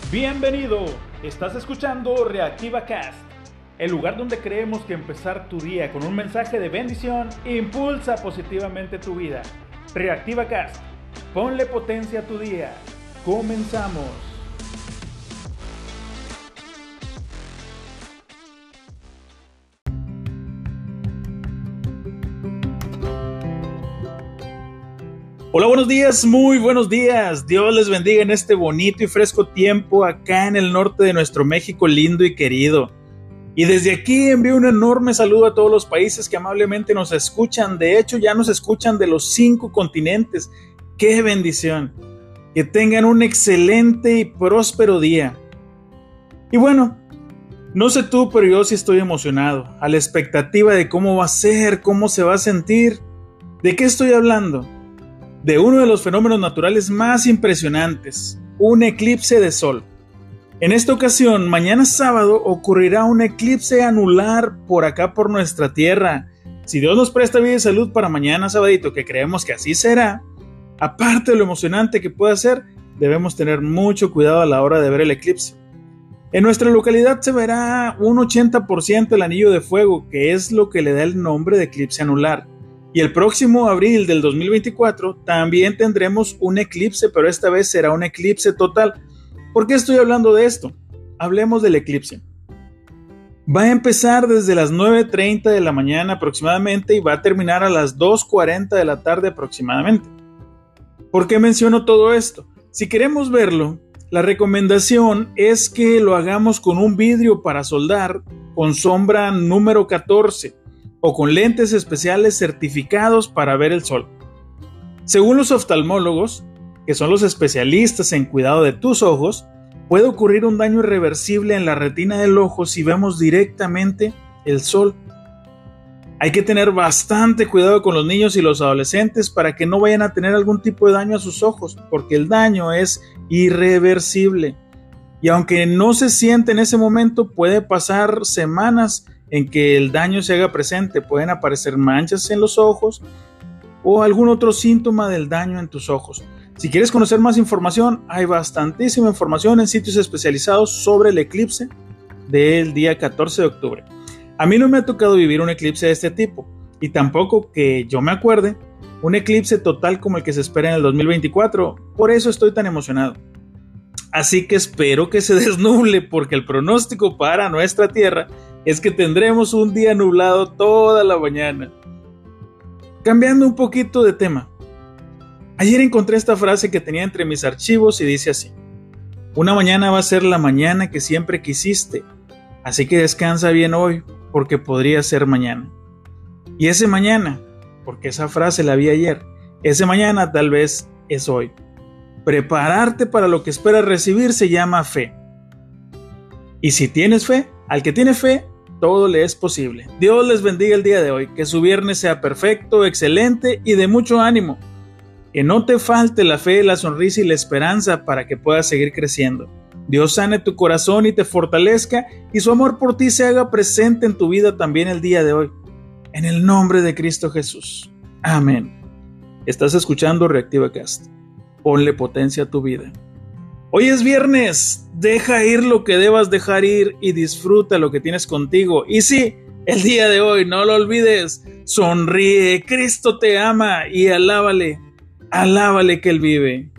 Bienvenido, estás escuchando Reactiva Cast, el lugar donde creemos que empezar tu día con un mensaje de bendición impulsa positivamente tu vida. Reactiva Cast, ponle potencia a tu día. Comenzamos. Hola, buenos días, muy buenos días. Dios les bendiga en este bonito y fresco tiempo acá en el norte de nuestro México lindo y querido. Y desde aquí envío un enorme saludo a todos los países que amablemente nos escuchan. De hecho, ya nos escuchan de los 5 continentes. ¡Qué bendición! Que tengan un excelente y próspero día. Y bueno, no sé tú, pero yo sí estoy emocionado, a la expectativa de cómo va a ser, cómo se va a sentir. ¿De qué estoy hablando? De uno de los fenómenos naturales más impresionantes, un eclipse de sol. En esta ocasión, mañana sábado, ocurrirá un eclipse anular por acá por nuestra tierra. Si Dios nos presta vida y salud para mañana sabadito, que creemos que así será, aparte de lo emocionante que puede ser, debemos tener mucho cuidado a la hora de ver el eclipse. En nuestra localidad se verá un 80% el anillo de fuego, que es lo que le da el nombre de eclipse anular. Y el próximo abril del 2024 también tendremos un eclipse, pero esta vez será un eclipse total. ¿Por qué estoy hablando de esto? Hablemos del eclipse. Va a empezar desde las 9:30 de la mañana aproximadamente y va a terminar a las 2:40 de la tarde aproximadamente. ¿Por qué menciono todo esto? Si queremos verlo, la recomendación es que lo hagamos con un vidrio para soldar con sombra número 14. O con lentes especiales certificados para ver el sol. Según los oftalmólogos, que son los especialistas en cuidado de tus ojos, puede ocurrir un daño irreversible en la retina del ojo si vemos directamente el sol. Hay que tener bastante cuidado con los niños y los adolescentes para que no vayan a tener algún tipo de daño a sus ojos, porque el daño es irreversible. Y aunque no se siente en ese momento, puede pasar semanas en que el daño se haga presente. Pueden aparecer manchas en los ojos o algún otro síntoma del daño en tus ojos. Si quieres conocer más información, hay bastantísima información en sitios especializados sobre el eclipse del día 14 de octubre. A mí no me ha tocado vivir un eclipse de este tipo, y tampoco que yo me acuerde, un eclipse total como el que se espera en el 2024, por eso estoy tan emocionado. Así que espero que se desnuble, porque el pronóstico para nuestra tierra es que tendremos un día nublado toda la mañana. Cambiando un poquito de tema, ayer encontré esta frase que tenía entre mis archivos y dice así: una mañana va a ser la mañana que siempre quisiste, así que descansa bien hoy, porque podría ser mañana. Y ese mañana, porque esa frase la vi ayer, ese mañana tal vez es hoy. Prepararte para lo que esperas recibir se llama fe. Y si tienes fe, al que tiene fe, todo le es posible. Dios les bendiga el día de hoy, que su viernes sea perfecto, excelente y de mucho ánimo. Que no te falte la fe, la sonrisa y la esperanza para que puedas seguir creciendo. Dios sane tu corazón y te fortalezca, y su amor por ti se haga presente en tu vida también el día de hoy. En el nombre de Cristo Jesús. Amén. Estás escuchando Reactiva Cast. Ponle potencia a tu vida. Hoy es viernes, deja ir lo que debas dejar ir y disfruta lo que tienes contigo. Y sí, el día de hoy, no lo olvides, sonríe, Cristo te ama y alábale que Él vive.